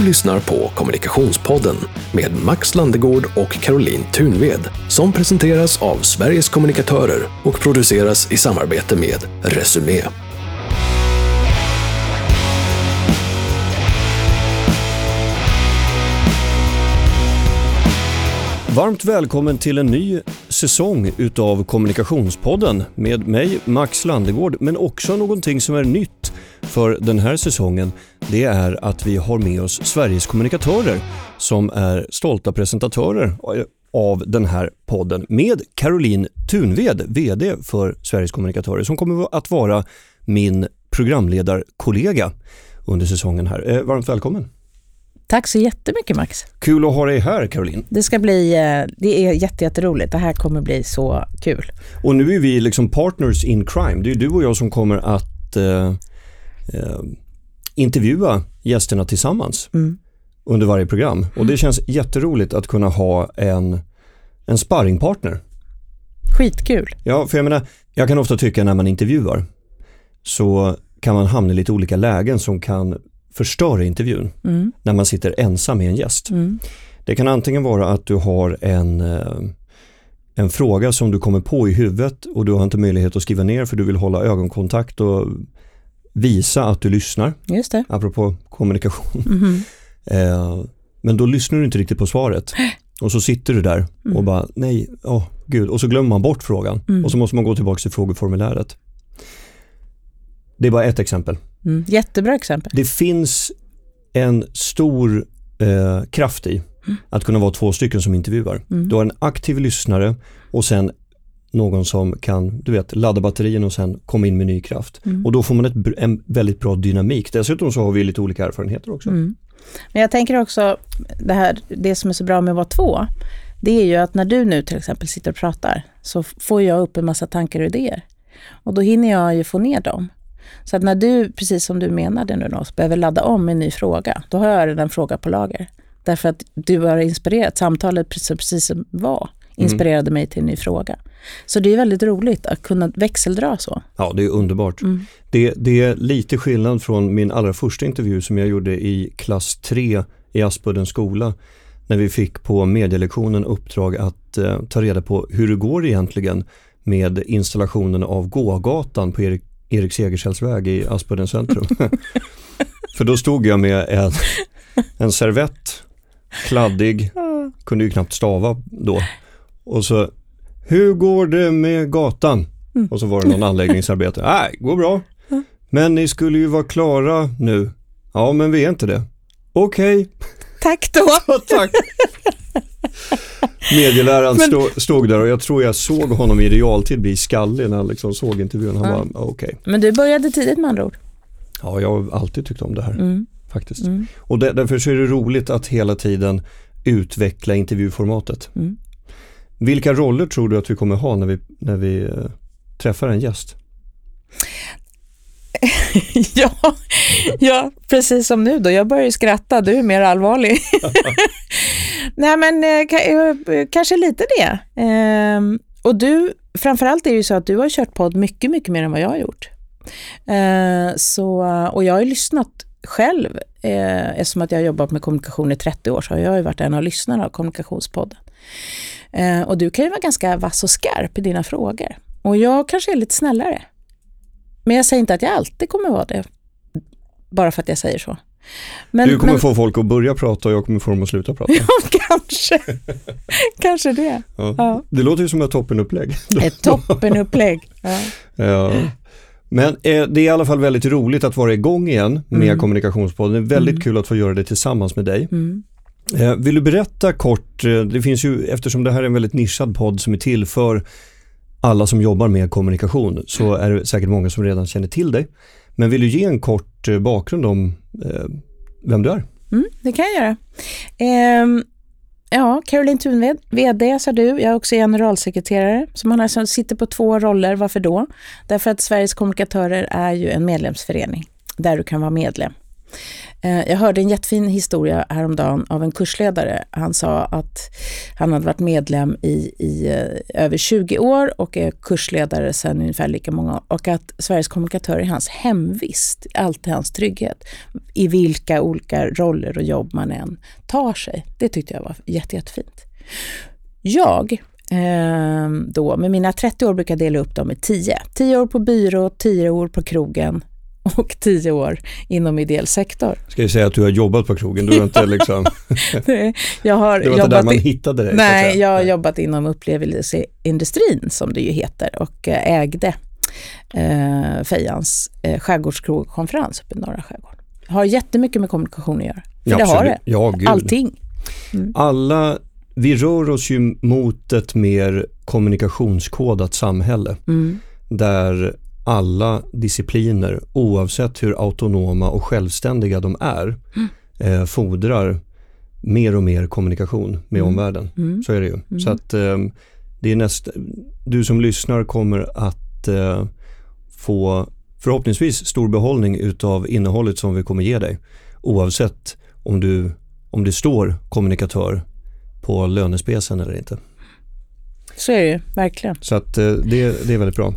Du lyssnar på Kommunikationspodden med Max Landegård och Caroline Thunved som presenteras av Sveriges kommunikatörer och produceras i samarbete med Resumé. Varmt välkommen till en ny säsong utav Kommunikationspodden med mig, Max Landegård, men också någonting som är nytt för den här säsongen. Det är att vi har med oss Sveriges kommunikatörer som är stolta presentatörer av den här podden med Caroline Thunved, vd för Sveriges kommunikatörer, som kommer att vara min programledarkollega under säsongen här. Varmt välkommen. Tack så jättemycket, Max. Kul att ha dig här, Caroline. Det är jätteroligt. Det här kommer bli så kul. Och nu är vi liksom partners in crime. Det är du och jag som kommer att intervjua gästerna tillsammans under varje program. Och det känns jätteroligt att kunna ha en sparringpartner. Skitkul. Ja, för jag menar, jag kan ofta tycka när man intervjuar så kan man hamna i lite olika lägen som kan förstöra intervjun när man sitter ensam med en gäst. Det kan antingen vara att du har en fråga som du kommer på i huvudet och du har inte möjlighet att skriva ner för du vill hålla ögonkontakt och visa att du lyssnar. Just det. Apropå kommunikation. Men då lyssnar du inte riktigt på svaret. Och så sitter du där och bara, nej, gud. Och så glömmer man bort frågan. Och så måste man gå tillbaka till frågeformuläret. Det är bara ett exempel. Jättebra exempel. Det finns en stor kraft i att kunna vara 2 stycken som intervjuar. Du har en aktiv lyssnare och sen någon som kan, ladda batterien och sen komma in med ny kraft. Och då får man en väldigt bra dynamik. Dessutom så har vi lite olika erfarenheter också. Men jag tänker också, det som är så bra med att vara 2, det är ju att när du nu till exempel sitter och pratar så får jag upp en massa tankar och idéer. Och då hinner jag ju få ner dem. Så att när du, precis som du menade nu då, behöver ladda om en ny fråga, då har jag redan en fråga på lager. Därför att du har inspirerat, samtalet precis som var, inspirerade mig till en ny fråga. Så det är väldigt roligt att kunna växeldra så. Ja, det är underbart. Det är lite skillnad från min allra första intervju som jag gjorde i klass 3 i Aspudden skola. När vi fick på medielektionen uppdrag att ta reda på hur det går egentligen med installationen av gågatan på Erik Segerskälls väg i Aspudden centrum. För då stod jag med en servett, kladdig, kunde ju knappt stava då. Och så, hur går det med gatan? Och så var det någon anläggningsarbete. Nej, går bra. Men ni skulle ju vara klara nu. Ja, men vi är inte det. Okej. Tack då. Tack. Medieläraren stod där och jag tror jag såg honom i realtid bli skallig när han liksom såg intervjun. Han var okej. Men du började tidigt med andra ord. Ja, jag har alltid tyckt om det här faktiskt. Och därför så är det roligt att hela tiden utveckla intervjuformatet. Vilka roller tror du att vi kommer ha när vi träffar en gäst? ja, precis som nu då. Jag börjar ju skratta, du är mer allvarlig. Nej, men kanske lite det. Och du, framförallt är det ju så att du har kört podd mycket, mycket mer än vad jag har gjort. Och jag har ju lyssnat själv, eftersom att jag har jobbat med kommunikation i 30 år så har jag ju varit en av lyssnarna av kommunikationspodden. Och du kan ju vara ganska vass och skarp i dina frågor. Och jag kanske är lite snällare. Men jag säger inte att jag alltid kommer vara det. Bara för att jag säger så. Du kommer få folk att börja prata och jag kommer få dem att sluta prata. Ja, kanske. Kanske det. Ja. Det låter ju som ett toppenupplägg. Ett toppenupplägg. Ja. Men det är i alla fall väldigt roligt att vara igång igen med kommunikationspodden. Det är väldigt kul att få göra det tillsammans med dig. Vill du berätta kort, det finns ju, eftersom det här är en väldigt nischad podd som är till för alla som jobbar med kommunikation, så är det säkert många som redan känner till dig. Men vill du ge en kort bakgrund om vem du är? Det kan jag göra. Caroline Thunved, vd sa du. Jag är också generalsekreterare. Så man alltså sitter på 2 roller. Varför då? Därför att Sveriges kommunikatörer är ju en medlemsförening där du kan vara medlem. Jag hörde en jättefin historia häromdagen av en kursledare. Han sa att han hade varit medlem i över 20 år och är kursledare sedan ungefär lika många år. Och att Sveriges kommunikatörer är hans hemvist, allt är hans trygghet. I vilka olika roller och jobb man än tar sig. Det tyckte jag var jättefint. Jag då med mina 30 år brukar dela upp dem i 10. 10 år på byrå, 10 år på krogen och 10 år inom ideell sektor. Ska jag säga att du har jobbat på krogen? Du har inte liksom... jag har det var inte där man hittade dig? Nej, jag har jobbat inom upplevelseindustrin som det ju heter och ägde Fejans skärgårdskrogkonferens uppe i norra skärgården. Har jättemycket med kommunikation att göra. För ja, det absolut. har det. Ja, gud. Allting. Vi rör oss ju mot ett mer kommunikationskodat samhälle där alla discipliner, oavsett hur autonoma och självständiga de är, fordrar mer och mer kommunikation med omvärlden. Så är det ju. Så att det är du som lyssnar kommer att få förhoppningsvis stor behållning utav innehållet som vi kommer ge dig, oavsett om det står kommunikatör på lönespecen eller inte. Så är det ju, verkligen. Så att det är väldigt bra.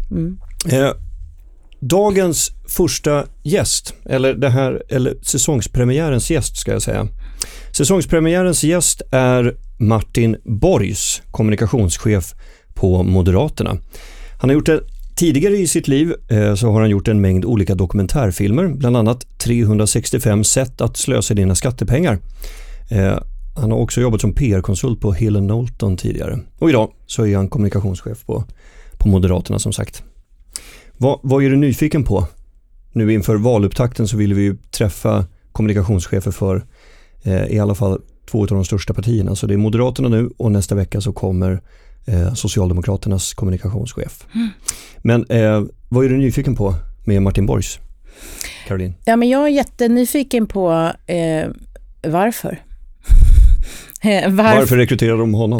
Dagens första gäst, eller säsongspremiärens gäst ska jag säga. Säsongspremiärens gäst är Martin Borgs, kommunikationschef på Moderaterna. Han har gjort det tidigare i sitt liv, så har han gjort en mängd olika dokumentärfilmer, bland annat 365 sätt att slösa dina skattepengar. Han har också jobbat som PR-konsult på Hill & Knowlton tidigare. Och idag så är han kommunikationschef på Moderaterna som sagt. Vad är du nyfiken på? Nu inför valupptakten så vill vi ju träffa kommunikationschefer för i alla fall 2 av de största partierna. Så det är Moderaterna nu och nästa vecka så kommer Socialdemokraternas kommunikationschef. Men vad är du nyfiken på med Martin Borgs? Caroline? Ja, men jag är jättenyfiken på varför. Varför rekryterar de honom?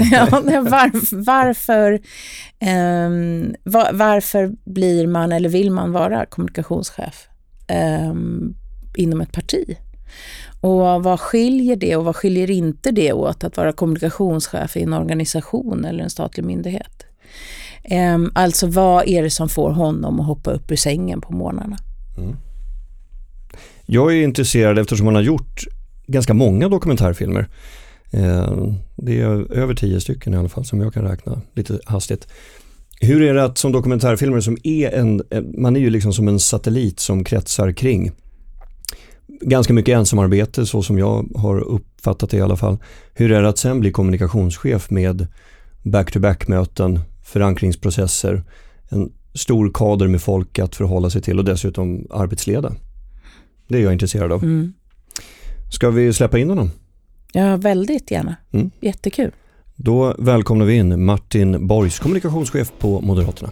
Varför blir man eller vill man vara kommunikationschef inom ett parti? Och vad skiljer det och vad skiljer inte det åt att vara kommunikationschef i en organisation eller en statlig myndighet? Alltså vad är det som får honom att hoppa upp ur sängen på morgnarna? Jag är intresserad eftersom man har gjort ganska många dokumentärfilmer. Det är över 10 stycken i alla fall som jag kan räkna lite hastigt. Hur är det att som dokumentärfilmer som är man är ju liksom som en satellit som kretsar kring ganska mycket ensamarbete så som jag har uppfattat det i alla fall. Hur är det att sen bli kommunikationschef med back-to-back-möten, förankringsprocesser, en stor kader med folk att förhålla sig till och dessutom arbetsleda? Det är jag intresserad av. Ska vi släppa in honom? Ja, väldigt gärna. Jättekul. Då välkomnar vi in Martin Borgs, kommunikationschef på Moderaterna.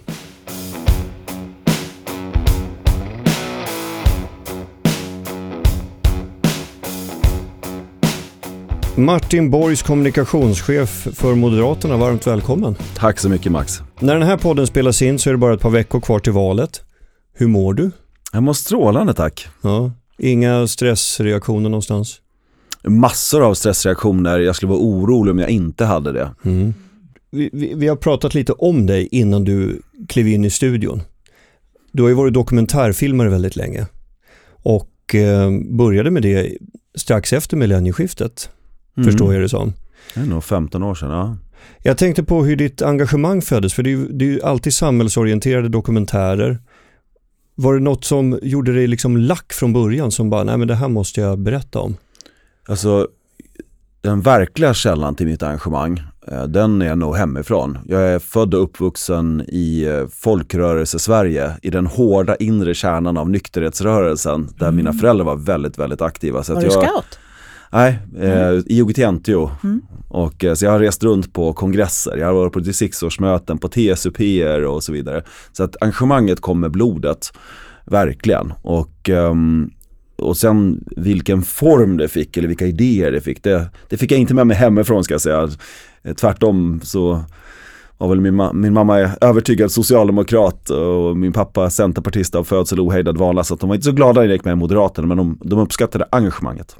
Martin Borgs, kommunikationschef för Moderaterna, varmt välkommen. Tack så mycket Max. När den här podden spelas in så är det bara ett par veckor kvar till valet. Hur mår du? Jag mår strålande, tack. Ja, inga stressreaktioner någonstans? Massor av stressreaktioner. Jag skulle vara orolig om jag inte hade det. Vi har pratat lite om dig innan du klev in i studion. Du har ju varit dokumentärfilmare väldigt länge och började med det strax efter millennieskiftet, förstår jag det som. Det är nog 15 år sedan, ja. Jag tänkte på hur ditt engagemang föddes, för det är ju alltid samhällsorienterade dokumentärer. Var det något som gjorde dig liksom lack från början som bara, nej men det här måste jag berätta om? Alltså, den verkliga källan till mitt engagemang, den är nog hemifrån. Jag är född och uppvuxen i folkrörelse-Sverige, i den hårda inre kärnan av nykterhetsrörelsen, där mina föräldrar var väldigt, väldigt aktiva. Så var att du scout? Nej, i IOGT-NTO. Och så jag har rest runt på kongresser, jag har varit på distriktsårsmöten, på TSUP:er och så vidare. Så att engagemanget kom med blodet, verkligen. Och sen vilken form det fick eller vilka idéer det fick, det fick jag inte med mig hemifrån, ska jag säga. Tvärtom så var väl min mamma är övertygad socialdemokrat och min pappa centerpartist av födsel ohejdad vana, så att de var inte så glada när jag gick med i Moderaterna, men de uppskattade engagemanget.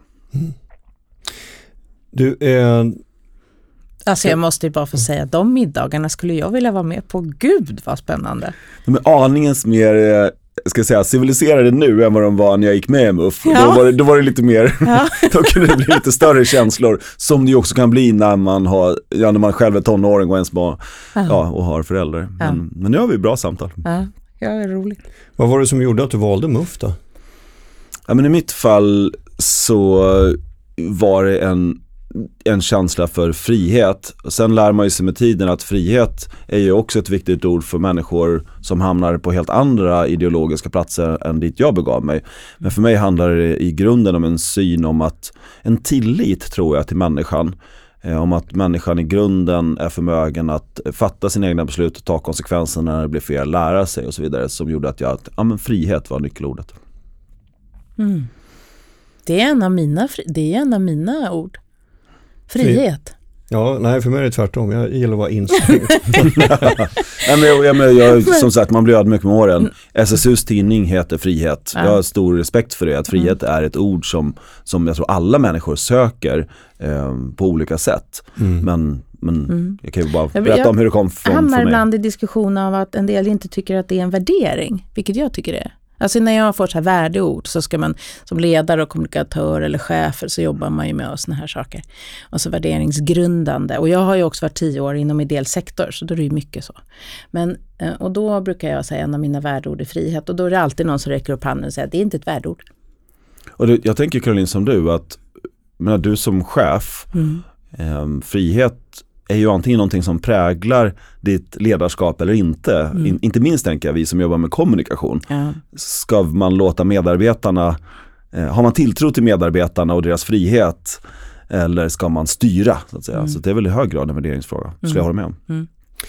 Du Alltså jag måste ju bara få säga att de middagarna skulle jag vilja vara med på. Gud vad spännande. De är aningens mer, ska jag säga, civiliserade nu än vad de var när jag gick med i MUF. Ja. Då var det lite mer, då kunde det bli lite större känslor, som det ju också kan bli när man själv är tonåring och ens barn och har föräldrar. Men nu har vi bra samtal. Ja, det är roligt. Vad var det som gjorde att du valde MUF då? Ja, men i mitt fall så var det en känsla för frihet. Sen lär man ju sig med tiden att frihet är ju också ett viktigt ord för människor som hamnar på helt andra ideologiska platser än dit jag begav mig. Men för mig handlar det i grunden om en syn om en tillit, tror jag, till människan. Om att människan i grunden är förmögen att fatta sina egna beslut och ta konsekvenserna när det blir fel, lära sig och så vidare, som gjorde att frihet var nyckelordet. Det är en av mina ord. Frihet. Ja, nej, för mig är det tvärtom. Jag gillar att vara instängd. Som sagt, man blir ödmjuk med åren. SSUs tidning heter Frihet. Jag har stor respekt för det. Att frihet är ett ord som jag tror alla människor söker på olika sätt. Men jag kan ju bara berätta om hur det kom från för mig. Jag hamnar ibland i diskussion av att en del inte tycker att det är en värdering, vilket jag tycker det är. Alltså när jag får så här värdeord, så ska man som ledare och kommunikatör eller chefer, så jobbar man ju med såna här saker. Och så värderingsgrundande. Och jag har ju också varit 10 år inom ideell sektor, så då är det ju mycket så. Men, och då brukar jag säga en av mina värdeord är frihet. Och då är det alltid någon som räcker upp handen och säger att det är inte ett värdeord. Och jag tänker, Caroline, som du, att du som chef, frihet är ju antingen någonting som präglar ditt ledarskap eller inte. Inte minst tänker jag, vi som jobbar med kommunikation. Ska man låta medarbetarna, har man tilltro till medarbetarna och deras frihet, eller ska man styra, så att säga? Så det är väl i hög grad en värderingsfråga, skulle jag hålla med om.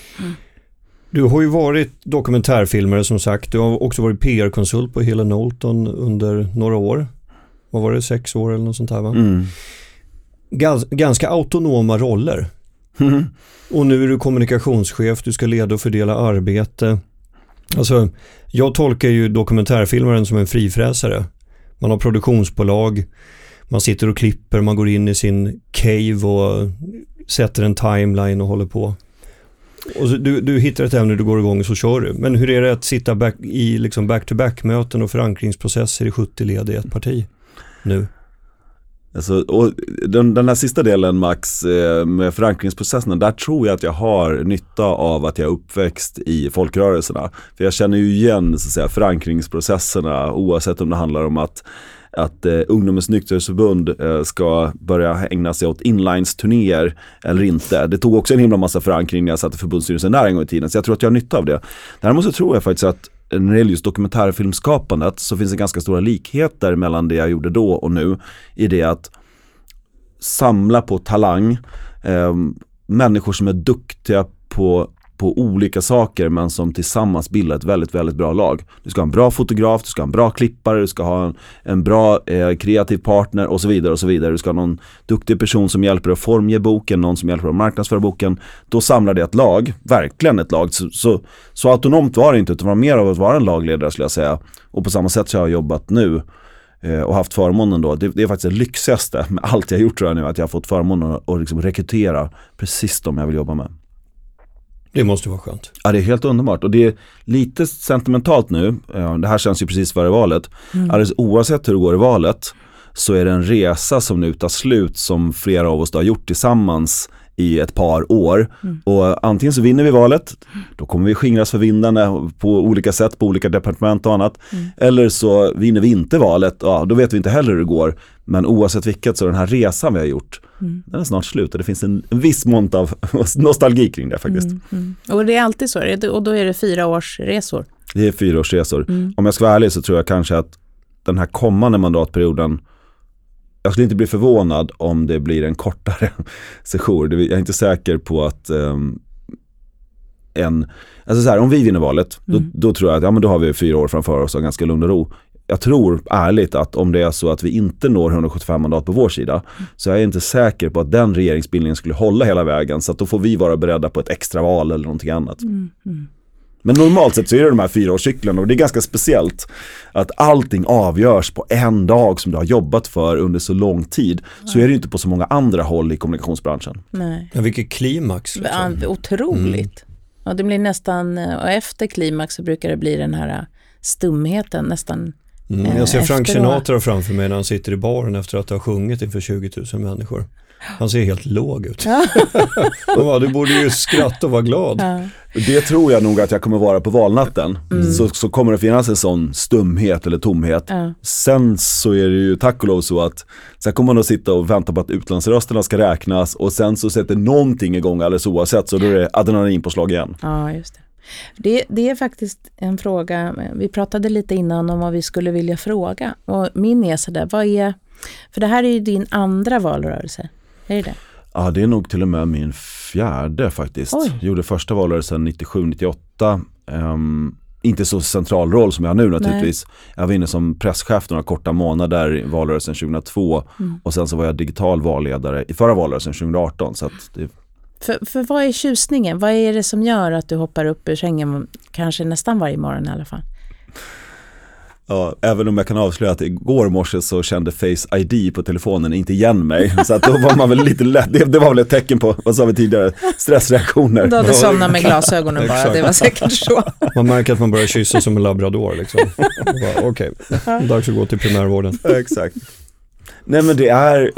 Du har ju varit dokumentärfilmare, som sagt. Du har också varit PR-konsult på Helen Knowlton under några år. Vad var det, 6 år eller något sånt här, va? Ganska autonoma roller. Och nu är du kommunikationschef, du ska leda och fördela arbete. Alltså, jag tolkar ju dokumentärfilmaren som en frifräsare. Man har produktionsbolag, man sitter och klipper, man går in i sin cave och sätter en timeline och håller på. Och så du hittar ett ämne, du går igång och så kör du. Men hur är det att sitta i liksom back-to-back-möten och förankringsprocesser i 70 led i ett parti nu? Alltså, och den här sista delen, Max, med förankringsprocesserna, där tror jag att jag har nytta av att jag är uppväxt i folkrörelserna. För jag känner ju igen, så att säga, förankringsprocesserna, oavsett om det handlar om att Ungdomens nykterhetsförbund ska börja ägna sig åt inlines-turnéer eller inte. Det tog också en himla massa förankring när jag satt i förbundsstyrelsen där en gång i tiden, så jag tror att jag har nytta av det. Däremot så tror jag faktiskt att när det gäller just dokumentärfilmskapandet så finns det ganska stora likheter mellan det jag gjorde då och nu, i det att samla på talang, människor som är duktiga på olika saker, men som tillsammans bildar ett väldigt, väldigt bra lag. Du ska ha en bra fotograf, du ska ha en bra klippare, du ska ha en bra kreativ partner och så vidare och så vidare. Du ska ha någon duktig person som hjälper att formge boken, någon som hjälper att marknadsföra boken. Då samlar det ett lag, verkligen ett lag. Så autonomt var det inte, utan var mer av att vara en lagledare, skulle jag säga. Och på samma sätt så har jag jobbat nu och haft förmånen då. Det är faktiskt det lyxigaste med allt jag gjort, tror jag nu, att jag har fått förmånen att liksom rekrytera precis de jag vill jobba med. Det måste vara skönt. Ja, det är helt underbart. Och det är lite sentimentalt nu. Det här känns ju precis före valet. Alldeles oavsett hur det går i valet, så är det en resa som nu tar slut, som flera av oss har gjort tillsammans i ett par år. Och antingen så vinner vi valet, då kommer vi skingras för vindarna på olika sätt, på olika departement och annat. Eller så vinner vi inte valet, då vet vi inte heller hur det går. Men oavsett vilket, så den här resan vi har gjort, den är snart slut. Och det finns en viss mått av nostalgi kring det faktiskt. Och det är alltid så, och då är det 4-årsresor. Det är 4-årsresor. Om jag ska vara ärlig så tror jag kanske att den här kommande mandatperioden, jag skulle inte bli förvånad om det blir en kortare session. Jag är inte säker på att alltså så här, om vi vinner valet, då tror jag att då har vi 4 år framför oss och ganska lugn och ro. jag tror ärligt att om det är så att vi inte når 175 mandat på vår sida, så är jag inte säker på att den regeringsbildningen skulle hålla hela vägen, så att då får vi vara beredda på ett extra val eller någonting annat. Men normalt sett så är det de här 4-årscyklerna, och det är ganska speciellt att allting avgörs på en dag som du har jobbat för under så lång tid. Så är det ju inte på så många andra håll i kommunikationsbranschen. Nej. Ja, vilket klimax. Liksom. Otroligt. Ja, det blir nästan, och efter klimax så brukar det bli den här stumheten nästan. Jag ser Frank Sinatra framför mig när han sitter i baren efter att ha sjungit inför 20 000 människor. Han ser helt låg ut. Du borde ju skratta och vara glad. Det tror jag nog att jag kommer vara på valnatten. Så kommer det finnas en sån stumhet eller tomhet. Sen så är det ju tack och lov så att sen kommer man att sitta och vänta på att utlandsrösterna ska räknas, och sen så sätter någonting igång alldeles oavsett, så då är det adrenalinpåslag igen. Ja, just det. Det är faktiskt en fråga, vi pratade lite innan om vad vi skulle vilja fråga, och min är sådär, för det här är ju din andra valrörelse, är det? Ja, det är nog till och med min 4:e faktiskt. Jag gjorde första valrörelsen 97-98, inte så central roll som jag har nu naturligtvis. Nej. Jag var inne som presschef några korta månader i valrörelsen 2002, och sen så var jag digital valledare i förra valrörelsen 2018, så att det... För vad är tjusningen? Vad är det som gör att du hoppar upp ur sängen kanske nästan varje morgon i alla fall? Ja, även om jag kan avslöja att igår morse så kände Face ID på telefonen inte igen mig. Så att då var man väl lite lätt. Det var väl ett tecken på, vad sa vi tidigare, stressreaktioner. Då hade somnat med glasögonen bara, det var säkert så. Man märker att man börjar kyssa som en labrador liksom. Okej, dags att gå till primärvården. Exakt. Nej, men det är,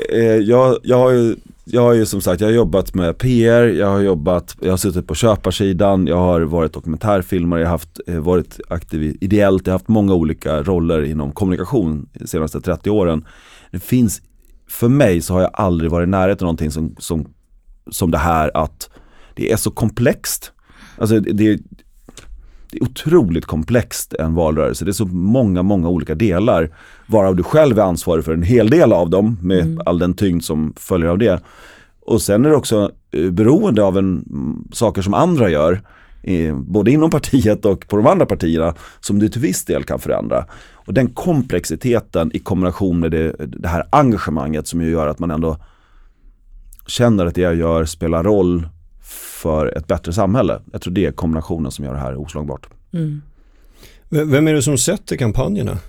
jag har ju som sagt, jag har jobbat med PR, jag har suttit på köparsidan, jag har varit dokumentärfilmare, jag har varit aktiv ideellt, jag har haft många olika roller inom kommunikation de senaste 30 åren. Det finns, för mig så har jag aldrig varit nära till någonting som det här, att det är så komplext. Alltså det är otroligt komplext, en valrörelse. Det är så många olika delar, varav du själv är ansvarig för en hel del av dem med all den tyngd som följer av det. Och sen är det också beroende av saker som andra gör, både inom partiet och på de andra partierna, som du till viss del kan förändra. Och den komplexiteten i kombination med det här engagemanget som ju gör att man ändå känner att det jag gör spelar roll för ett bättre samhälle. Jag tror det är kombinationen som gör det här oslagbart. Vem är det som sätter kampanjerna?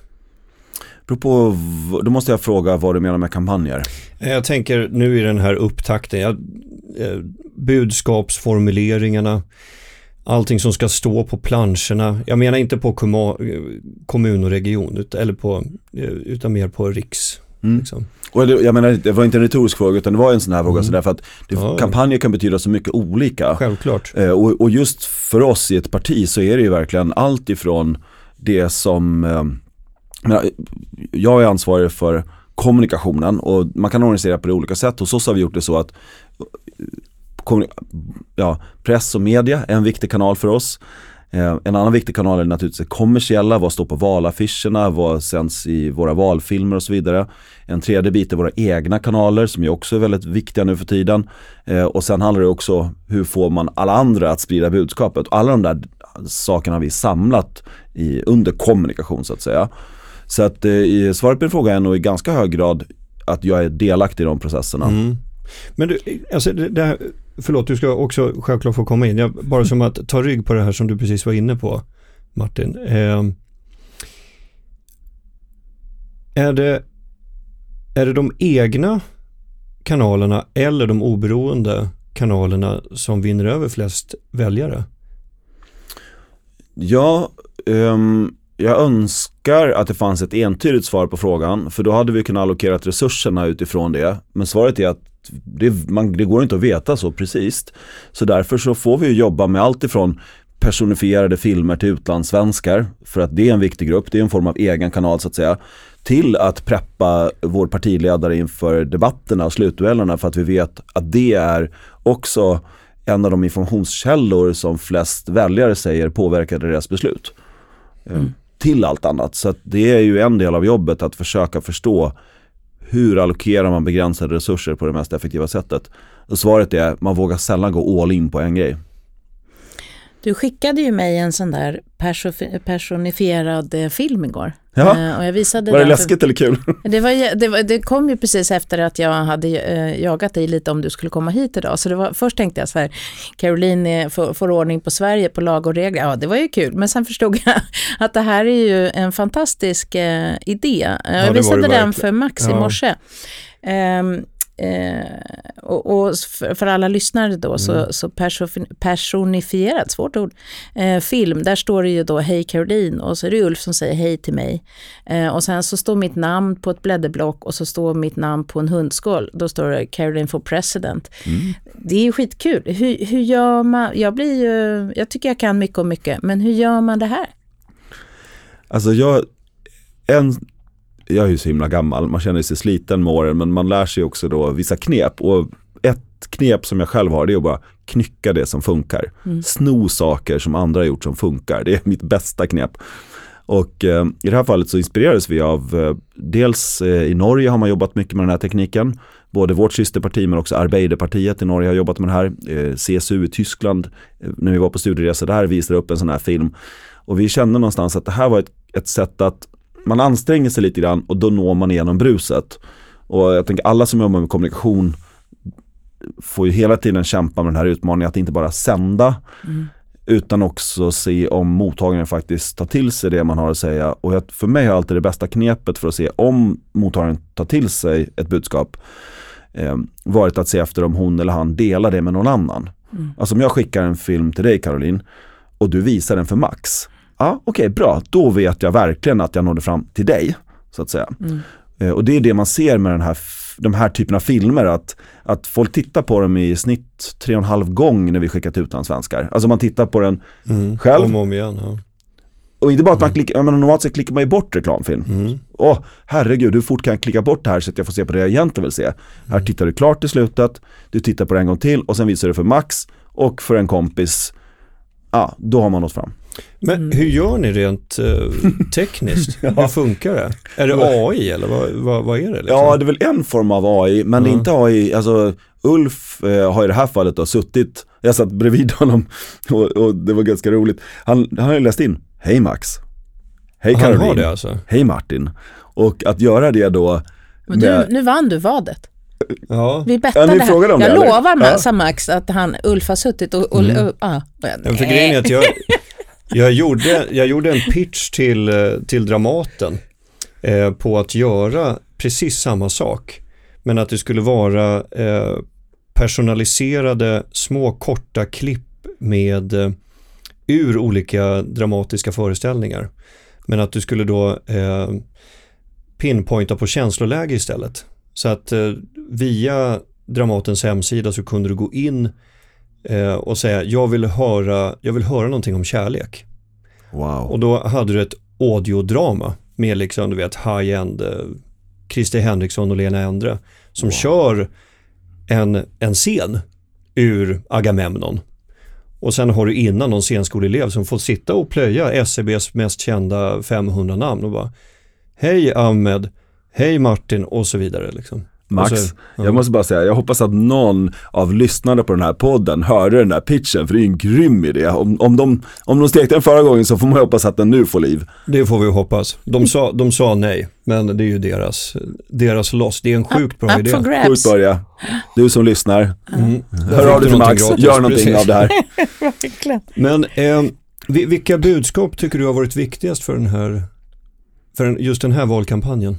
Då måste jag fråga vad du menar med kampanjer. Jag tänker nu i den här upptakten, budskapsformuleringarna, allting som ska stå på planscherna. Jag menar inte på kommun och region utan mer på riks. Liksom. Och jag menar, det var inte en retorisk fråga, utan det var en sån här fråga, så därför att kampanjer kan betyda så mycket olika. Självklart. Och just för oss i ett parti så är det ju verkligen allt ifrån det som jag är ansvarig för kommunikationen, och man kan organisera på det olika sätt. Hos oss har vi gjort det så att press och media är en viktig kanal för oss. En annan viktig kanal är naturligtvis kommersiella, vad står på valaffischerna, vad sänds i våra valfilmer och så vidare. En tredje bit är våra egna kanaler, som ju också är väldigt viktiga nu för tiden. Och sen handlar det också hur får man alla andra att sprida budskapet. Alla de där sakerna har vi samlat under kommunikation så att säga. Så att svaret på din fråga är nog i ganska hög grad att jag är delaktig i de processerna. Men du, alltså det här, förlåt, du ska också självklart få komma in. Bara som att ta rygg på det här som du precis var inne på, Martin. Är det de egna kanalerna eller de oberoende kanalerna som vinner över flest väljare? Ja, jag önskar att det fanns ett entydigt svar på frågan, för då hade vi kunnat allokera resurserna utifrån det. Men svaret är att det går inte att veta så precis. Så därför så får vi jobba med allt ifrån personifierade filmer till utlandssvenskar, för att det är en viktig grupp, det är en form av egen kanal så att säga, till att preppa vår partiledare inför debatterna och slutduellerna, för att vi vet att det är också en av de informationskällor som flest väljare säger påverkade deras beslut. Till allt annat. Så att det är ju en del av jobbet, att försöka förstå hur allokerar man begränsade resurser på det mest effektiva sättet. Och svaret är, man vågar sällan gå all in på en grej. Du skickade ju mig en sån där personifierad film igår. Ja. Och jag visade var det läskigt eller kul? Det kom ju precis efter att jag hade jagat dig lite om du skulle komma hit idag. Så först tänkte jag så här, Caroline får ordning på Sverige på lag och regler. Ja, det var ju kul. Men sen förstod jag att det här är ju en fantastisk idé. Jag visade den för Max i morse. Och för alla lyssnare då så personifierat, svårt ord, film, där står det ju då hej Caroline och så är det Ulf som säger hej till mig och sen så står mitt namn på ett blädderblock och så står mitt namn på en hundskål, då står det Caroline for president. Det är ju skitkul. Hur gör man? Jag tycker jag kan mycket och mycket, men hur gör man det här? Alltså jag är ju så himla gammal, man känner sig sliten med åren, men man lär sig också då vissa knep, och ett knep som jag själv har, det är att bara knycka det som funkar. Sno saker som andra har gjort som funkar, det är mitt bästa knep. Och i det här fallet så inspirerades vi av, dels i Norge har man jobbat mycket med den här tekniken, både vårt systerparti men också Arbeiderpartiet i Norge har jobbat med det här, CSU i Tyskland, när vi var på studieresa där visade upp en sån här film, och vi kände någonstans att det här var ett sätt att man anstränger sig lite grann och då når man igenom bruset. Och jag tänker alla som jobbar med kommunikation får ju hela tiden kämpa med den här utmaningen att inte bara sända utan också se om mottagaren faktiskt tar till sig det man har att säga. Och för mig har alltid det bästa knepet för att se om mottagaren tar till sig ett budskap varit att se efter om hon eller han delar det med någon annan. Alltså om jag skickar en film till dig Caroline och du visar den för Max. Ja, okej, bra. Då vet jag verkligen att jag nådde fram till dig, så att säga. Och det är det man ser med de här typerna av filmer, att folk tittar på dem i snitt 3,5 gånger när vi skickat ut svenskar. Alltså man tittar på den själv. Om igen, ja. Och inte bara att man klickar, men normalt så klickar man ju bort reklamfilm. Herregud, hur fort kan jag klicka bort det här så att jag får se på det jag egentligen vill se? Här tittar du klart i slutet, du tittar på det en gång till och sen visar du för Max och för en kompis. Ja, då har man nått fram. Men hur gör ni rent tekniskt? Hur funkar det? Är det AI eller vad är det? Liksom? Ja, det är väl en form av AI, men det är inte AI. Alltså, Ulf har i det här fallet då suttit, jag satt bredvid honom och det var ganska roligt. Han har ju läst in, hej Max, hej Caroline, han har det alltså. Hej Martin. Och att göra det då... Men nu vann du vadet. Ja. Vi bettade det här. Jag lovar Max att Ulf har suttit och för grejen är att jag gjorde en pitch till Dramaten på att göra precis samma sak, men att det skulle vara personaliserade små korta klipp med ur olika dramatiska föreställningar, men att du skulle då pinpointa på känsloläge istället. Så att via Dramatens hemsida så kunde du gå in och säga jag vill höra någonting om kärlek. Wow. Och då hade du ett audiodrama med liksom, du vet, high-end Christer Henriksson och Lena Endre som kör en scen ur Agamemnon. Och sen har du innan någon scenskoleelev som får sitta och plöja SCBs mest kända 500 namn och bara hej Ahmed, hej Martin och så vidare liksom. Max, jag måste bara säga, jag hoppas att någon av lyssnarna på den här podden hörde den här pitchen, för det är en grym idé. Om de stekte den förra gången så får man hoppas att den nu får liv. Det får vi hoppas. De sa nej, men det är ju deras loss. Det är en sjukt bra idé. Sjukt bra. Du som lyssnar, hör av dig till Max, gratis, gör någonting av det här. Men vilka budskap tycker du har varit viktigast för just den här valkampanjen?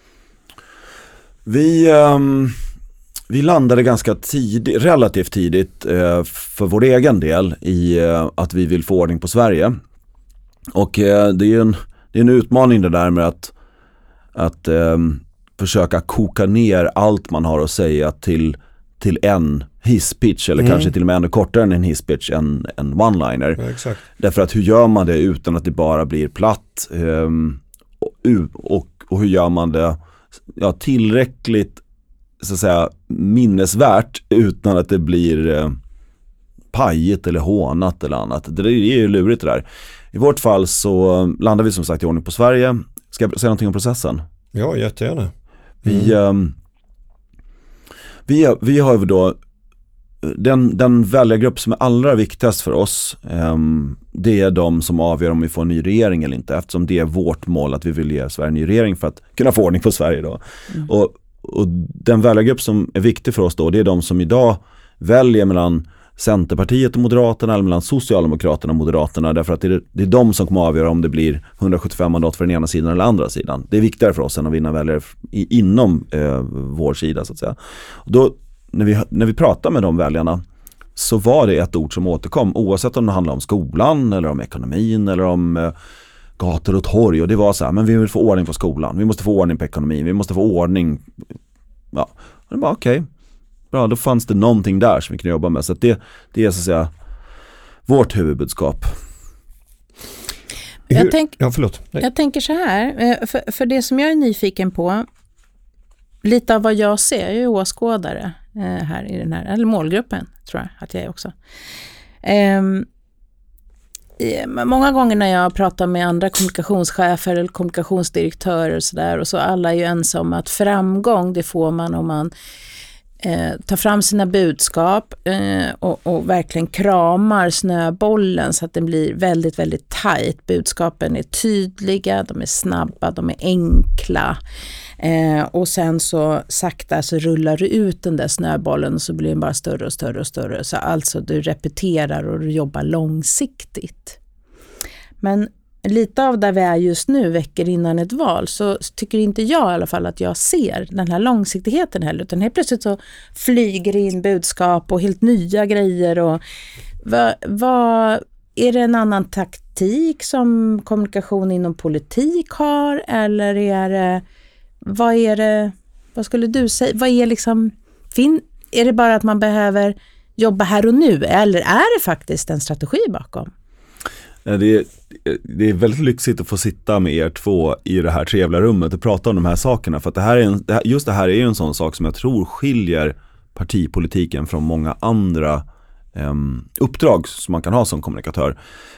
Vi landade ganska relativt tidigt för vår egen del i att vi vill få ordning på Sverige. Och det är en utmaning det där med att försöka koka ner allt man har att säga till en hisspitch eller kanske till och med ännu kortare än en hisspitch, en one-liner. Ja, exakt. Därför att hur gör man det utan att det bara blir platt? Och hur gör man det tillräckligt så att säga minnesvärt utan att det blir pajigt eller hånat eller annat. Det är ju lurigt det där. I vårt fall så landar vi som sagt i ordning på Sverige. Ska jag säga någonting om processen? Ja, jättegärna. Vi har ju då den väljargrupp som är allra viktigast för oss, det är de som avgör om vi får en ny regering eller inte, eftersom det är vårt mål att vi vill ge Sverige en ny regering för att kunna få ordning på Sverige då. Och den väljargrupp som är viktig för oss då, det är de som idag väljer mellan Centerpartiet och Moderaterna eller mellan Socialdemokraterna och Moderaterna, därför att det är de som kommer att avgöra om det blir 175 mandat för den ena sidan eller andra sidan. Det är viktigare för oss än att vinna väljare inom vår sida så att säga. Och då, när vi pratar med de väljarna, så var det ett ord som återkom, oavsett om det handlar om skolan eller om ekonomin eller om gator och torg, och det var så här, men vi vill få ordning på skolan, vi måste få ordning på ekonomin, vi måste få ordning, ja, och det var okej. Bra, då fanns det någonting där som vi kunde jobba med. Så att det är så att säga vårt huvudbudskap. Jag tänker så här, för det som jag är nyfiken på, lite av vad jag ser, jag är ju åskådare här i den här, eller målgruppen tror jag att jag är också. Många gånger när jag pratar med andra kommunikationschefer eller kommunikationsdirektörer och sådär, och så alla är ju ensamma att framgång, det får man om man tar fram sina budskap och verkligen kramar snöbollen så att den blir väldigt, väldigt tajt. Budskapen är tydliga, de är snabba, de är enkla. Och sen så sakta så rullar du ut den där snöbollen och så blir den bara större och större och större. Så alltså du repeterar och du jobbar långsiktigt. Men lite av där vi är just nu, veckor innan ett val, så tycker inte jag i alla fall att jag ser den här långsiktigheten heller, utan helt plötsligt så flyger in budskap och helt nya grejer. Och vad är det en annan taktik som kommunikation inom politik har, eller vad skulle du säga, vad är liksom, är det bara att man behöver jobba här och nu, eller är det faktiskt en strategi bakom? Det är väldigt lyxigt att få sitta med er två i det här trevliga rummet och prata om de här sakerna, för att just det här är en sån sak som jag tror skiljer partipolitiken från många andra uppdrag som man kan ha som kommunikatör.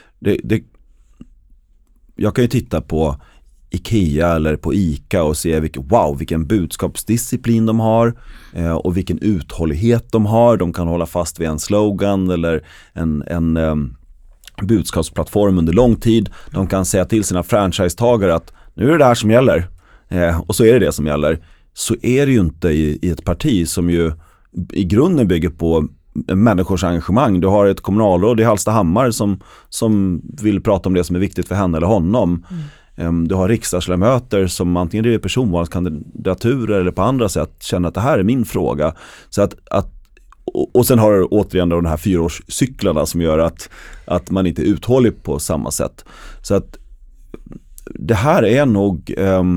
Jag kan ju titta på IKEA eller på ICA och se vilken budskapsdisciplin de har och vilken uthållighet de har. De kan hålla fast vid en slogan eller en budskapsplattform under lång tid. De kan säga till sina franchisetagare att nu är det här som gäller, och så är det som gäller. Så är det ju inte i ett parti som ju i grunden bygger på människors engagemang. Du har ett kommunalråd i Hallstahammar som vill prata om det som är viktigt för henne eller honom. Du har riksdagsledamöter som antingen driver personvalskandidaturer eller på andra sätt känner att det här är min fråga. Så och sen har du återigen de här 4-årscyklarna som gör att man inte är uthållig på samma sätt. Så att det här är nog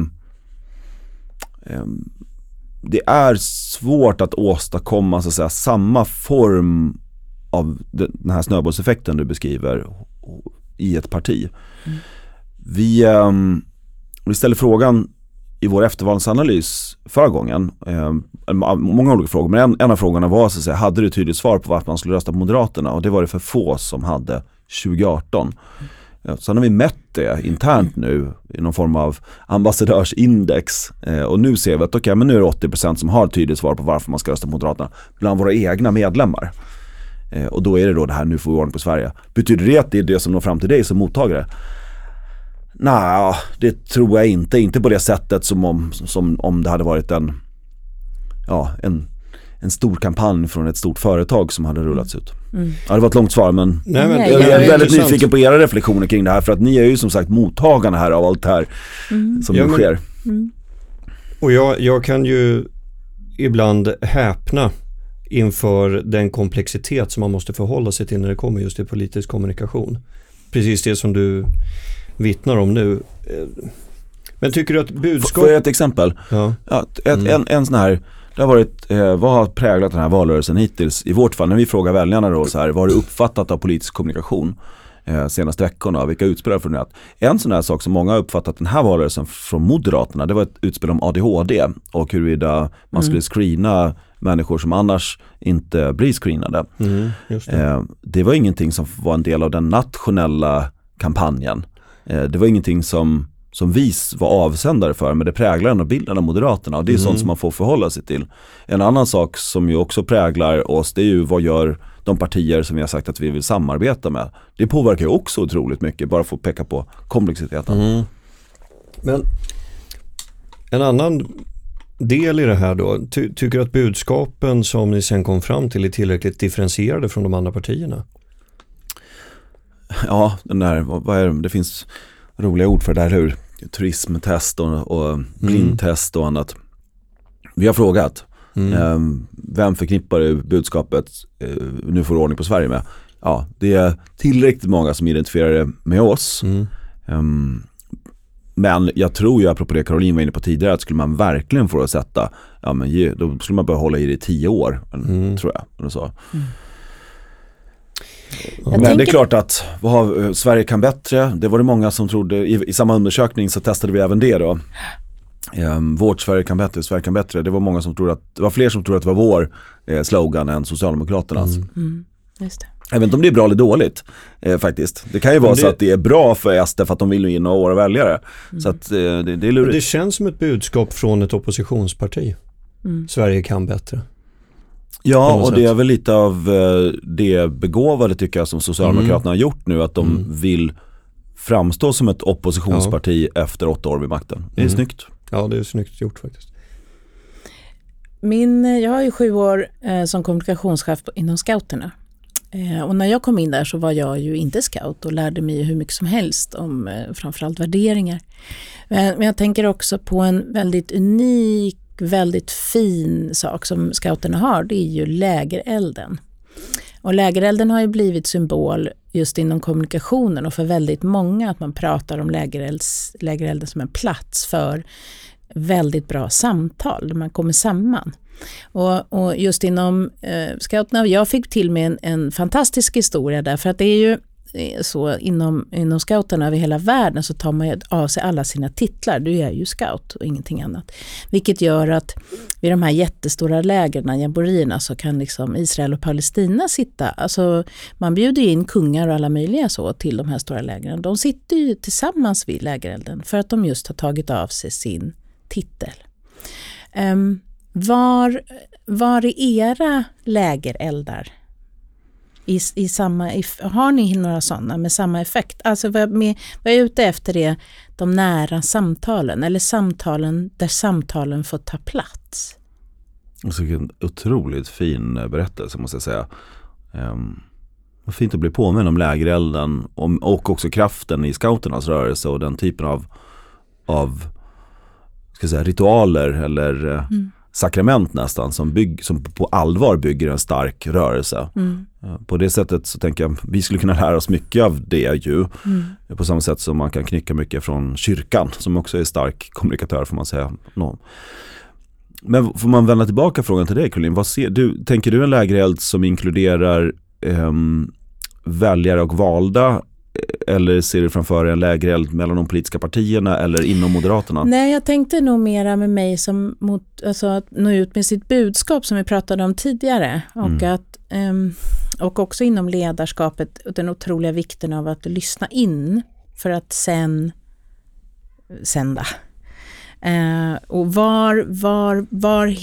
det är svårt att åstadkomma så att säga samma form av den här snöbollseffekten du beskriver i ett parti. Vi ställer frågan i vår eftervalsanalys förra gången, många olika frågor, men en av frågorna var så att säga, hade du tydligt svar på varför man skulle rösta på Moderaterna, och det var det för få som hade 2018. Så har vi mätt det internt nu i någon form av ambassadörsindex, och nu ser vi att men nu är det 80% som har tydligt svar på varför man ska rösta på Moderaterna bland våra egna medlemmar. Och då är det här, nu får vi ordning på Sverige. Betyder det att det är det som når fram till dig som mottagare? Nej, det tror jag inte på det sättet som om det hade varit en stor kampanj från ett stort företag som hade rullats ut. Ja, det var ett långt svar, men jag är väldigt nyfiken på era reflektioner kring det här, för att ni är ju som sagt mottagarna här av allt det här som nu sker. Och jag kan ju ibland häpna inför den komplexitet som man måste förhålla sig till när det kommer just till politisk kommunikation. Precis det som du vittnar om nu. Men tycker du att budskap... Får jag ett exempel? Ja. En sån här, det har varit, vad har präglat den här valrörelsen hittills? I vårt fall, när vi frågar väljarna då så här, vad har du uppfattat av politisk kommunikation senaste veckorna? Vilka utspel har funnits? En sån här sak som många har uppfattat den här valrörelsen från Moderaterna, det var ett utspel om ADHD och huruvida man skulle screena människor som annars inte blir screenade. Just det. Det var ingenting som var en del av den nationella kampanjen. Det var ingenting som som vi var avsändare för, men det präglar ändå bilden av Moderaterna, och det är sånt som man får förhålla sig till. En annan sak som ju också präglar oss, det är ju vad gör de partier som vi har sagt att vi vill samarbeta med. Det påverkar ju också otroligt mycket, bara för att peka på komplexiteten. Men en annan del i det här då, tycker att budskapen som ni sen kom fram till är tillräckligt differentierade från de andra partierna? Ja, vad är det? Det finns roliga ord för det här, hur? Turismtest och blindtest och annat. Vi har frågat vem förknippar du budskapet nu får ordning på Sverige med? Ja, det är tillräckligt många som identifierar det med oss. Men jag tror ju, apropå det Caroline var inne på tidigare, att skulle man verkligen få att sätta, ja, men då skulle man börja hålla i det i 10 år, tror jag. Eller så. Men det är klart att Sverige kan bättre. Det var det många som trodde, i samma undersökning så testade vi även det då. Vårt Sverige kan bättre, Sverige kan bättre. Det var många som trodde att, det var fler som trodde att det var vår slogan än Socialdemokraternas. Just det. Jag vet inte om det är bra eller dåligt faktiskt. Det kan ju vara så att det är bra för SD för att de vill in några år och väljare. Så att det är lurigt. Det känns som ett budskap från ett oppositionsparti. Sverige kan bättre. Ja, och det är väl lite av det begåvade tycker jag som Socialdemokraterna har gjort nu, att de vill framstå som ett oppositionsparti efter 8 år vid makten. Det är snyggt. Ja, det är snyggt gjort faktiskt. Jag har ju 7 år som kommunikationschef inom scouterna. Och när jag kom in där så var jag ju inte scout och lärde mig hur mycket som helst om framförallt värderingar. Men jag tänker också på en väldigt unik, väldigt fin sak som scouterna har, det är ju lägerelden. Och lägerelden har ju blivit symbol just inom kommunikationen och för väldigt många att man pratar om lägerelden som en plats för väldigt bra samtal där man kommer samman. Och just inom scouterna, jag fick till mig en fantastisk historia där, för att det är ju så inom scouterna över hela världen så tar man av sig alla sina titlar. Du är ju scout och ingenting annat. Vilket gör att vid de här jättestora lägren, jamborierna, så kan liksom Israel och Palestina sitta. Alltså man bjuder in kungar och alla möjliga så till de här stora lägren. De sitter ju tillsammans vid lägerelden för att de just har tagit av sig sin titel. Var är era lägereldar? Har ni några sådana med samma effekt? Alltså vad jag är ute efter är de nära samtalen eller samtalen där samtalen får ta plats. Alltså, en otroligt fin berättelse måste jag säga. Vad fint att bli påminn om lägerelden och också kraften i scouternas rörelse och den typen av ska jag säga, ritualer eller sakrament nästan som på allvar bygger en stark rörelse. På det sättet så tänker jag vi skulle kunna lära oss mycket av det ju. På samma sätt som man kan knycka mycket från kyrkan som också är stark kommunikatör får man säga. Men får man vända tillbaka frågan till dig Caroline, tänker du en lägereld som inkluderar väljare och valda, eller ser du framför en lägereld mellan de politiska partierna eller inom Moderaterna? Nej, jag tänkte nog mera med mig som alltså att nå ut med sitt budskap som vi pratade om tidigare och också inom ledarskapet den otroliga vikten av att lyssna in för att sen sända. Och var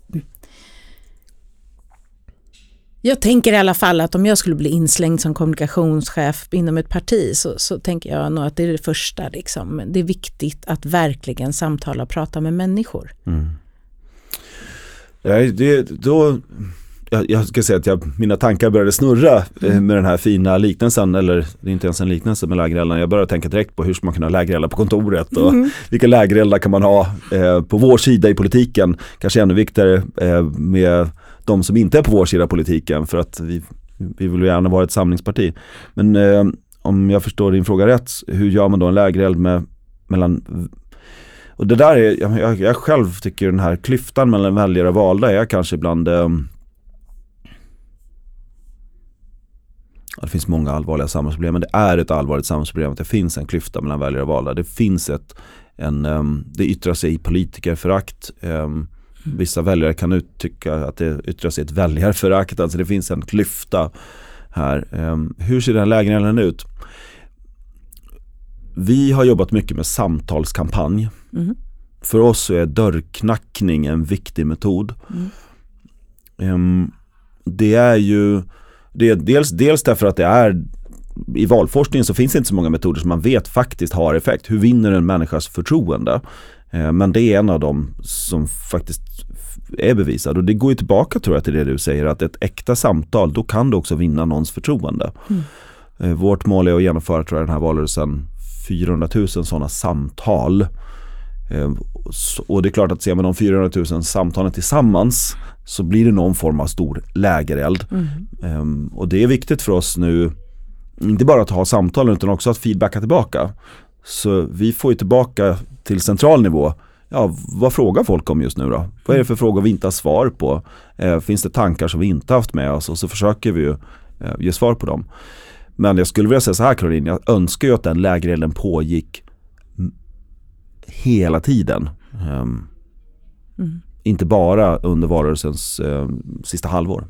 jag tänker i alla fall att om jag skulle bli inslängd som kommunikationschef inom ett parti så tänker jag nog att det är det första. Liksom. Det är viktigt att verkligen samtala och prata med människor. Jag ska säga att mina tankar började snurra med den här fina liknelsen, eller det är inte ens en liknelse med lägereldarna. Jag började tänka direkt på hur ska man kunna ha lägereldar på kontoret och vilka lägereldar kan man ha på vår sida i politiken. Kanske ännu viktigare med de som inte är på vår sida i politiken, för att vi vill gärna vara ett samlingsparti. Men om jag förstår din fråga rätt, hur gör man då en lägereld mellan... Och det där är, jag själv tycker den här klyftan mellan väljare och valda är kanske ibland... det finns många allvarliga samhällsproblem, men det är ett allvarligt samhällsproblem att det finns en klyfta mellan väljare och valda. Det finns det yttrar sig i politikerförakt. Vissa väljare kan uttrycka att det yttrar sig ett väljarförakt. Alltså det finns en klyfta här. Hur ser den lägerelden ut? vi har jobbat mycket med samtalskampanj. För oss så är dörrknackning en viktig metod. Det är ju dels därför att det är i valforskningen så finns det inte så många metoder som man vet faktiskt har effekt. Hur vinner en människas förtroende? Men det är en av dem som faktiskt är bevisad. Och det går ju tillbaka, tror jag, till det du säger, att ett äkta samtal, då kan du också vinna någons förtroende. Vårt mål är att genomföra, tror jag, den här valrörelsen 400 000 sådana samtal. Och det är klart att ser man de 400 000 samtalen tillsammans så blir det någon form av stor lägereld. Och det är viktigt för oss nu, inte bara att ha samtal utan också att feedbacka tillbaka. Så vi får ju tillbaka till central nivå. Ja, vad frågar folk om just nu då? Vad är det för frågor vi inte har svar på? Finns det tankar som vi inte haft med oss? Och så försöker vi ju ge svar på dem. Men jag skulle vilja säga så här, Caroline, jag önskar ju att den lägerelden pågick hela tiden. Inte bara under valrörelsens sista halvår.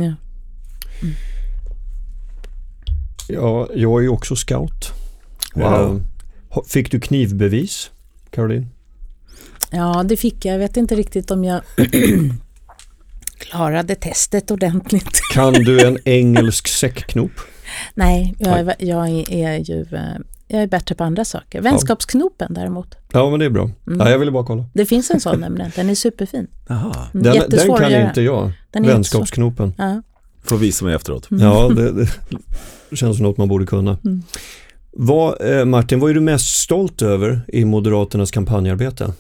Ja, jag är ju också scout. Wow. Fick du knivbevis, Caroline? Ja, det fick jag. Jag vet inte riktigt om jag klarade testet ordentligt. Kan du en engelsk säckknop? Nej, jag är bättre på andra saker. Vänskapsknopen däremot. Ja, men det är bra. Ja, jag ville bara kolla. Det finns en sån nämligen. Den är superfin. Den kan inte jag. Vänskapsknopen. Ja. Får visa mig efteråt. Ja, det känns som något man borde kunna. Martin, vad är du mest stolt över i Moderaternas kampanjarbete?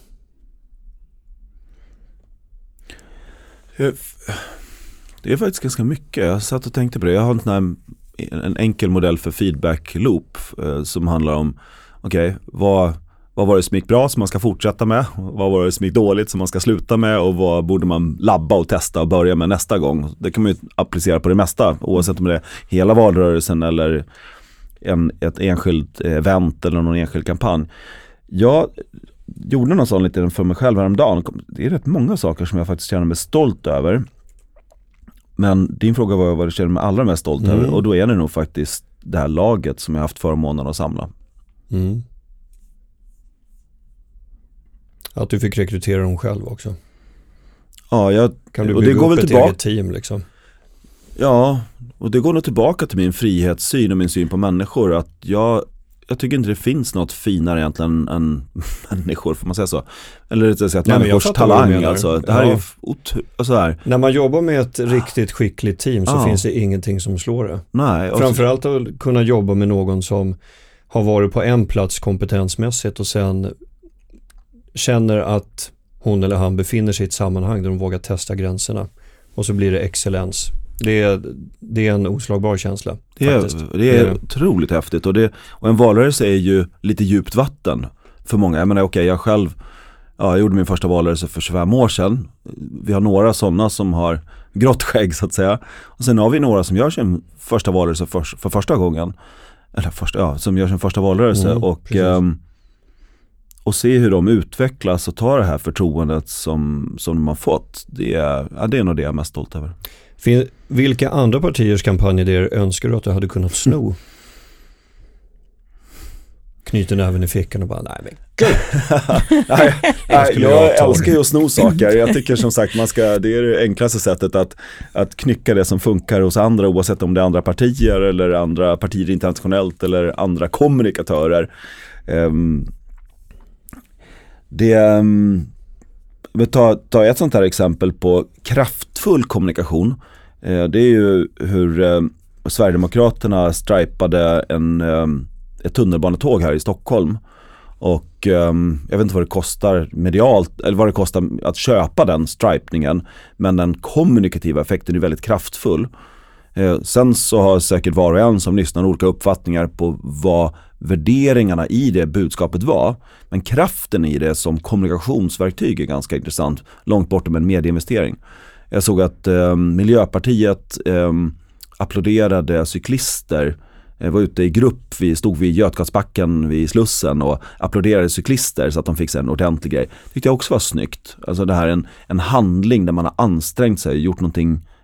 Det är faktiskt ganska mycket. Jag satt och tänkte på det. Jag har en enkel modell för feedback loop som handlar om vad var det som gick bra som man ska fortsätta med? Vad var det som gick dåligt som man ska sluta med? Och vad borde man labba och testa och börja med nästa gång? Det kan man ju applicera på det mesta, oavsett om det är hela valrörelsen eller ett enskilt event eller någon enskild kampanj. Jag gjorde någon sån lite för mig själv häromdagen. Det är rätt många saker som jag faktiskt känner mig stolt över. Men din fråga var vad jag känner mig allra mest stolt över. Och då är det nog faktiskt det här laget som jag haft förmånen att samla. Att du fick rekrytera dem själv också. Ja, kan du bygga upp ett eget team liksom? Ja, och det går nog tillbaka till min frihetssyn och min syn på människor. Att jag tycker inte det finns något finare egentligen än människor, får man säga så. Eller rätt att säga att människors talang. Alltså, det här är ju så här. När man jobbar med ett riktigt skickligt team så finns det ingenting som slår det. Nej, framförallt att kunna jobba med någon som har varit på en plats kompetensmässigt och sen känner att hon eller han befinner sig i ett sammanhang där de vågar testa gränserna. Och så blir det excellens. Det är en oslagbar känsla. Det är otroligt häftigt. Och en valrörelse är ju lite djupt vatten för många. Jag menar, jag själv jag gjorde min första valrörelse för 25 år sedan. Vi har några sådana som har grått skägg så att säga. Och sen har vi några som gör sin första valrörelse för första gången. Eller som gör sin första valrörelse. Och se hur de utvecklas och tar det här förtroendet som de har fått. Det är nog det jag är mest stolt över. Vilka andra partiers kampanjidéer önskar du att du hade kunnat sno? Knyter näven i fickan och bara, nej men gud. Jag älskar ju att sno saker. Jag tycker som sagt det är det enklaste sättet att knycka det som funkar hos andra, oavsett om det är andra partier eller andra partier internationellt eller andra kommunikatörer. Ta ett sånt här exempel på kraftfull kommunikation. Det är ju hur Sverigedemokraterna stripade ett tunnelbanetåg här i Stockholm. Och jag vet inte vad det kostar medialt, eller vad det kostar att köpa den stripningen. Men den kommunikativa effekten är väldigt kraftfull. Sen så har säkert var och en som lyssnar olika uppfattningar på vad värderingarna i det budskapet var. Men kraften i det som kommunikationsverktyg är ganska intressant. Långt bortom en medieinvestering. Jag såg att Miljöpartiet applåderade cyklister. Jag var ute i grupp, vi stod vid Götgatsbacken vid Slussen och applåderade cyklister så att de fick en ordentlig grej. Det tyckte jag också var snyggt. Alltså det här är en handling där man har ansträngt sig, gjort någonting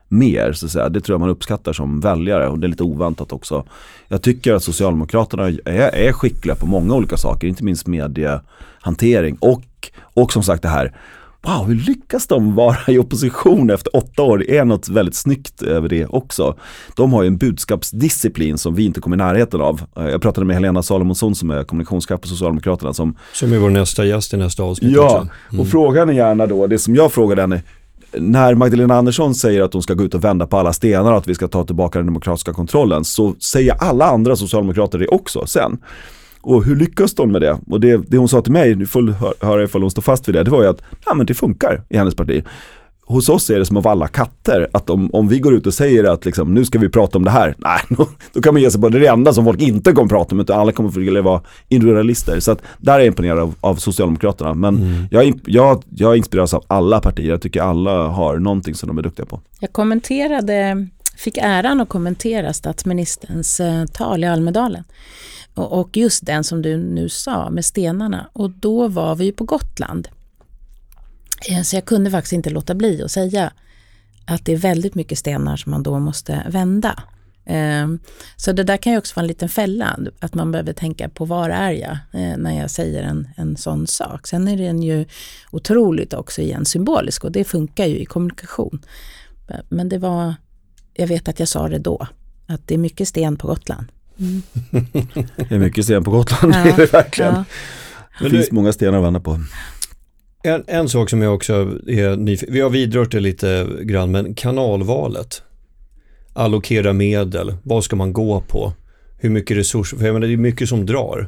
mer, så att säga. Det tror jag man uppskattar som väljare, och det är lite oväntat också. Jag tycker att Socialdemokraterna är skickliga på många olika saker, inte minst mediehantering och som sagt det här, wow, hur lyckas de vara i opposition efter 8 år? Det är något väldigt snyggt över det också. De har ju en budskapsdisciplin som vi inte kommer i närheten av. Jag pratade med Helena Salomonsson som är kommunikationschef på Socialdemokraterna. Som är vår nästa gäst i nästa avsnitt. Ja, och frågan är gärna då, det som jag frågade henne, när Magdalena Andersson säger att de ska gå ut och vända på alla stenar och att vi ska ta tillbaka den demokratiska kontrollen, så säger alla andra socialdemokrater det också sen. Och hur lyckas de med det? Och det hon sa till mig, du får höra ifall hon står fast vid det var ju att men det funkar i hennes parti. Hos oss är det som av alla katter, att om vi går ut och säger att liksom, nu ska vi prata om det här, då kan man ge sig på det enda som folk inte kommer prata om, utan alla kommer att vara individualister. Så att där är jag imponerad av Socialdemokraterna. Men jag inspireras av alla partier. Jag tycker alla har någonting som de är duktiga på. Jag fick äran att kommentera statsministerns tal i Almedalen. Och just den som du nu sa med stenarna. Och då var vi ju på Gotland. Så jag kunde faktiskt inte låta bli att säga att det är väldigt mycket stenar som man då måste vända. Så det där kan ju också vara en liten fälla. Att man behöver tänka på var är jag när jag säger en sån sak. Sen är den ju otroligt också igen symbolisk. Och det funkar ju i kommunikation. Men jag vet att jag sa det då. Att det är mycket sten på Gotland. Mm. Det är mycket sten på Gotland, det är det verkligen. Ja. Det finns många stenar att vända på. En sak som jag också är nyfiken, vi har vidrört det lite grann, men kanalvalet, allokera medel, vad ska man gå på, hur mycket resurser, för jag menar, det är mycket som drar.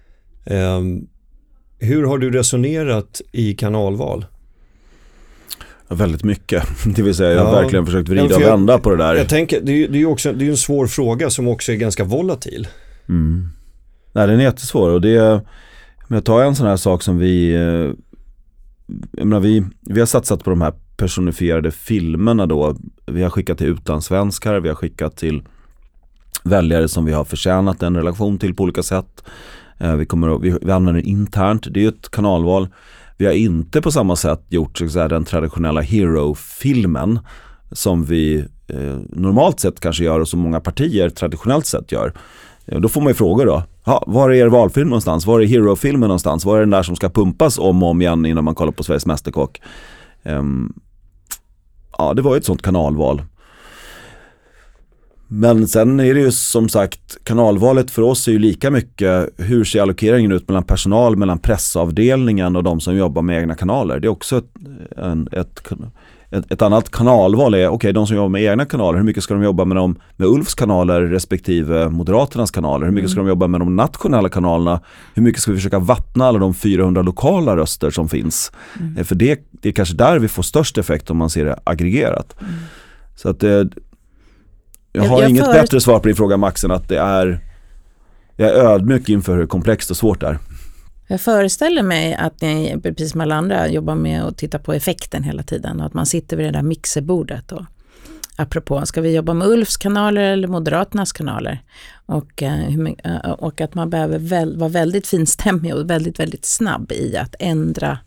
Hur har du resonerat i kanalval? Väldigt mycket, det vill säga jag har verkligen försökt vrida och vända på det där. Jag tänker, det är ju en svår fråga som också är ganska volatil. Nej, den är jättesvår, och men jag tar en sån här sak som vi har satsat på de här personifierade filmerna då. Vi har skickat till utlandssvenskar, vi har skickat till väljare som vi har förtjänat en relation till på olika sätt. Vi använder internt, det är ju ett kanalval. Vi har inte på samma sätt gjort så att säga, den traditionella hero-filmen som vi normalt sett kanske gör och som många partier traditionellt sett gör. Då får man ju fråga då, var är er valfilm någonstans? Var är hero-filmen någonstans? Var är den där som ska pumpas om och om igen innan man kollar på Sveriges Mästerkock? Det var ju ett sånt kanalval. Men sen är det ju som sagt, kanalvalet för oss är ju lika mycket hur ser allokeringen ut mellan personal, mellan pressavdelningen och de som jobbar med egna kanaler. Det är också ett annat kanalval är, de som jobbar med egna kanaler, hur mycket ska de jobba med Ulfs kanaler respektive Moderaternas kanaler? Hur mycket ska de jobba med de nationella kanalerna? Hur mycket ska vi försöka vattna alla de 400 lokala röster som finns? För det är kanske där vi får störst effekt om man ser det aggregerat. Så att jag har inget bättre svar på din fråga, Max, än att jag är ödmjuk inför hur komplext och svårt det är. Jag föreställer mig att ni, precis som alla andra, jobbar med att titta på effekten hela tiden och att man sitter vid det där mixerbordet. Och, apropå, ska vi jobba med Ulfs kanaler eller Moderaternas kanaler? Och att man behöver vara väldigt finstämmig och väldigt, väldigt snabb i att ändra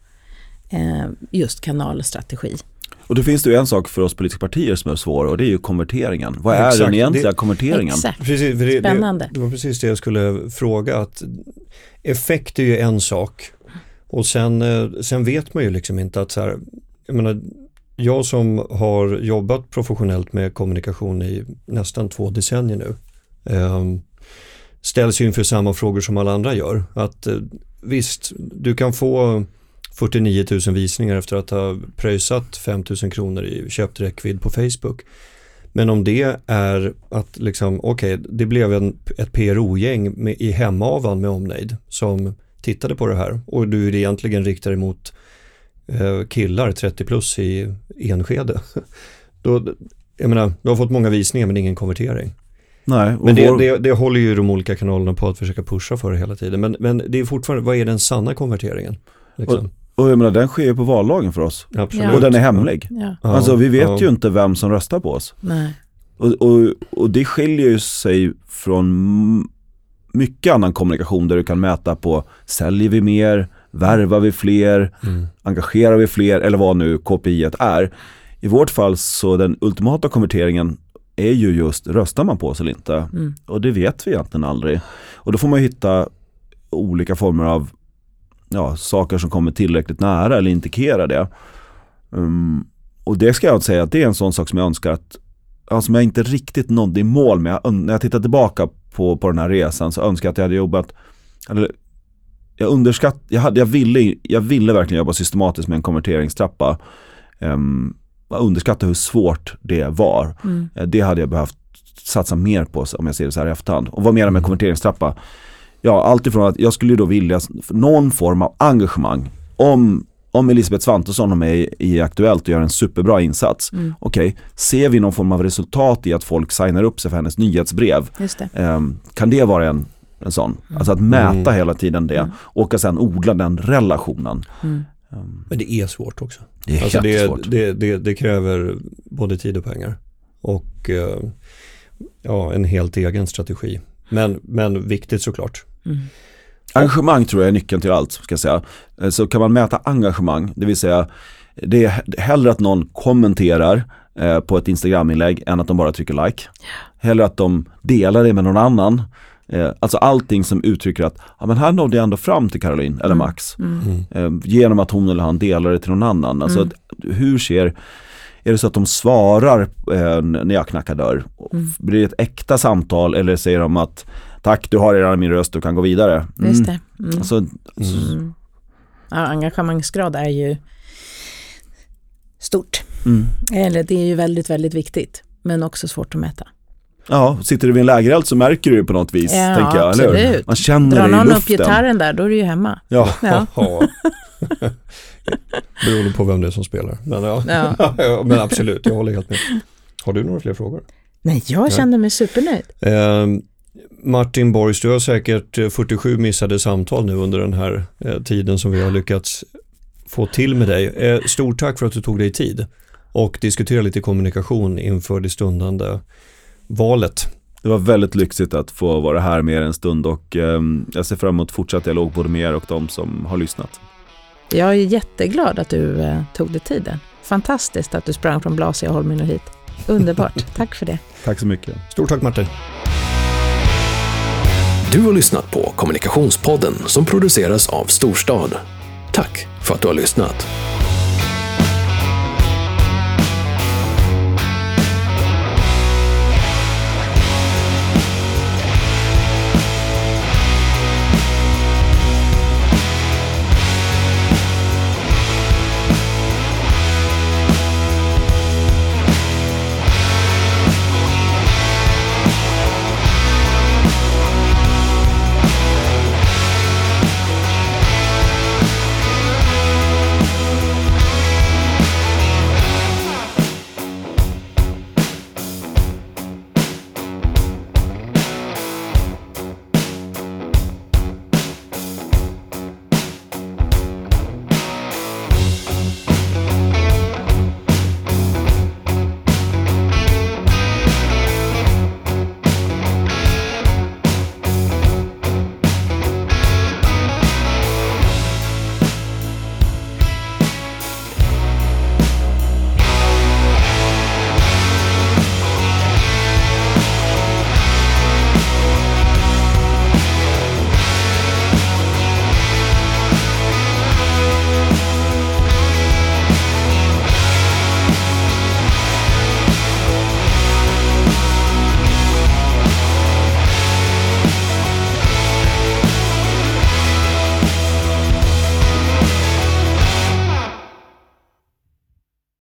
just kanalstrategi. Och då finns det ju en sak för oss politiska partier som är svår, och det är ju konverteringen. Vad är den egentliga konverteringen? Exakt. Precis, spännande. Det var precis det jag skulle fråga, att effekt är ju en sak, och sen vet man ju liksom inte att så här, jag som har jobbat professionellt med kommunikation i nästan 2 decennier nu, ställs ju inför samma frågor som alla andra gör. Att visst, du kan få 49 000 visningar efter att ha pröjsat 5 000 kronor i köpt räckvidd på Facebook. Men om det är att liksom, det blev ett PRO-gäng i Hemavan med omnejd som tittade på det här, och du är egentligen riktad emot killar 30 plus i Enskede. Jag menar, du har fått många visningar men ingen konvertering. Nej, men det håller ju de olika kanalerna på att försöka pusha för hela tiden. Men det är fortfarande, vad är den sanna konverteringen? Liksom? Och jag menar, den sker ju på vallagen för oss. Absolut. Och den är hemlig. Ja. Alltså vi vet ju inte vem som röstar på oss. Nej. Och det skiljer ju sig från mycket annan kommunikation där du kan mäta på, säljer vi mer, värvar vi fler, engagerar vi fler, eller vad nu KPI är. i vårt fall så den ultimata konverteringen är ju just, röstar man på oss eller inte? Och det vet vi egentligen aldrig. Och då får man hitta olika former av saker som kommer tillräckligt nära eller indikerar det. Och det ska jag säga att det är en sån sak som jag önskar att, som jag inte riktigt nådde i mål med. När jag tittar tillbaka på den här resan så önskar jag att jag hade jobbat, eller jag ville verkligen jobba systematiskt med en konverteringstrappa. Jag underskattar hur svårt det var. Det hade jag behövt satsa mer på om jag ser det så här i efterhand. Och vad menar med konverteringstrappa? Ja, alltifrån att jag skulle då vilja någon form av engagemang. Om Elisabeth Svantesson och mig är aktuellt och gör en superbra insats. Okej, ser vi någon form av resultat i att folk signar upp sig för hennes nyhetsbrev? Just det. Kan det vara en sån? Alltså att mäta hela tiden det och sen odla den relationen. Men det är svårt också. Det är svårt. Det kräver både tid och pengar. Och en helt egen strategi. Men viktigt såklart. Engagemang tror jag är nyckeln till allt, ska jag säga. Så kan man mäta engagemang, det vill säga det är hellre att någon kommenterar på ett Instagram-inlägg än att de bara trycker like. Hellre att de delar det med någon annan. Alltså allting som uttrycker att men här nådde jag ändå fram till Caroline eller Max. Genom att hon eller han delar det till någon annan. Alltså är det så att de svarar när jag knackar dörr? Blir det ett äkta samtal eller säger de att tack, du har redan min röst, du kan gå vidare? Just det. Ja, engagemangsgrad är ju stort. Eller det är ju väldigt, väldigt viktigt, men också svårt att mäta. Ja, sitter du vid en lägereld så märker du på något vis, tänker jag. Absolut. Eller? Man känner Drar det i luften. någon upp gitarren där, då är du ju hemma. Ja. Beroende på vem det är som spelar. Men, men absolut, jag håller helt med. Har du några fler frågor? Nej, jag kände mig supernöjd. Martin Borgs, du har säkert 47 missade samtal nu under den här tiden som vi har lyckats få till med dig. Stort tack för att du tog dig tid och diskutera lite kommunikation inför det stundande valet. Det var väldigt lyxigt att få vara här med er en stund och jag ser fram emot fortsatt dialog både med er och de som har lyssnat. Jag är jätteglad att du tog dig tiden. Fantastiskt att du sprang från Blasieholmen och hit. Underbart. Tack för det. Tack så mycket. Stort tack Martin. Du har lyssnat på Kommunikationspodden som produceras av Storstad. Tack för att du har lyssnat.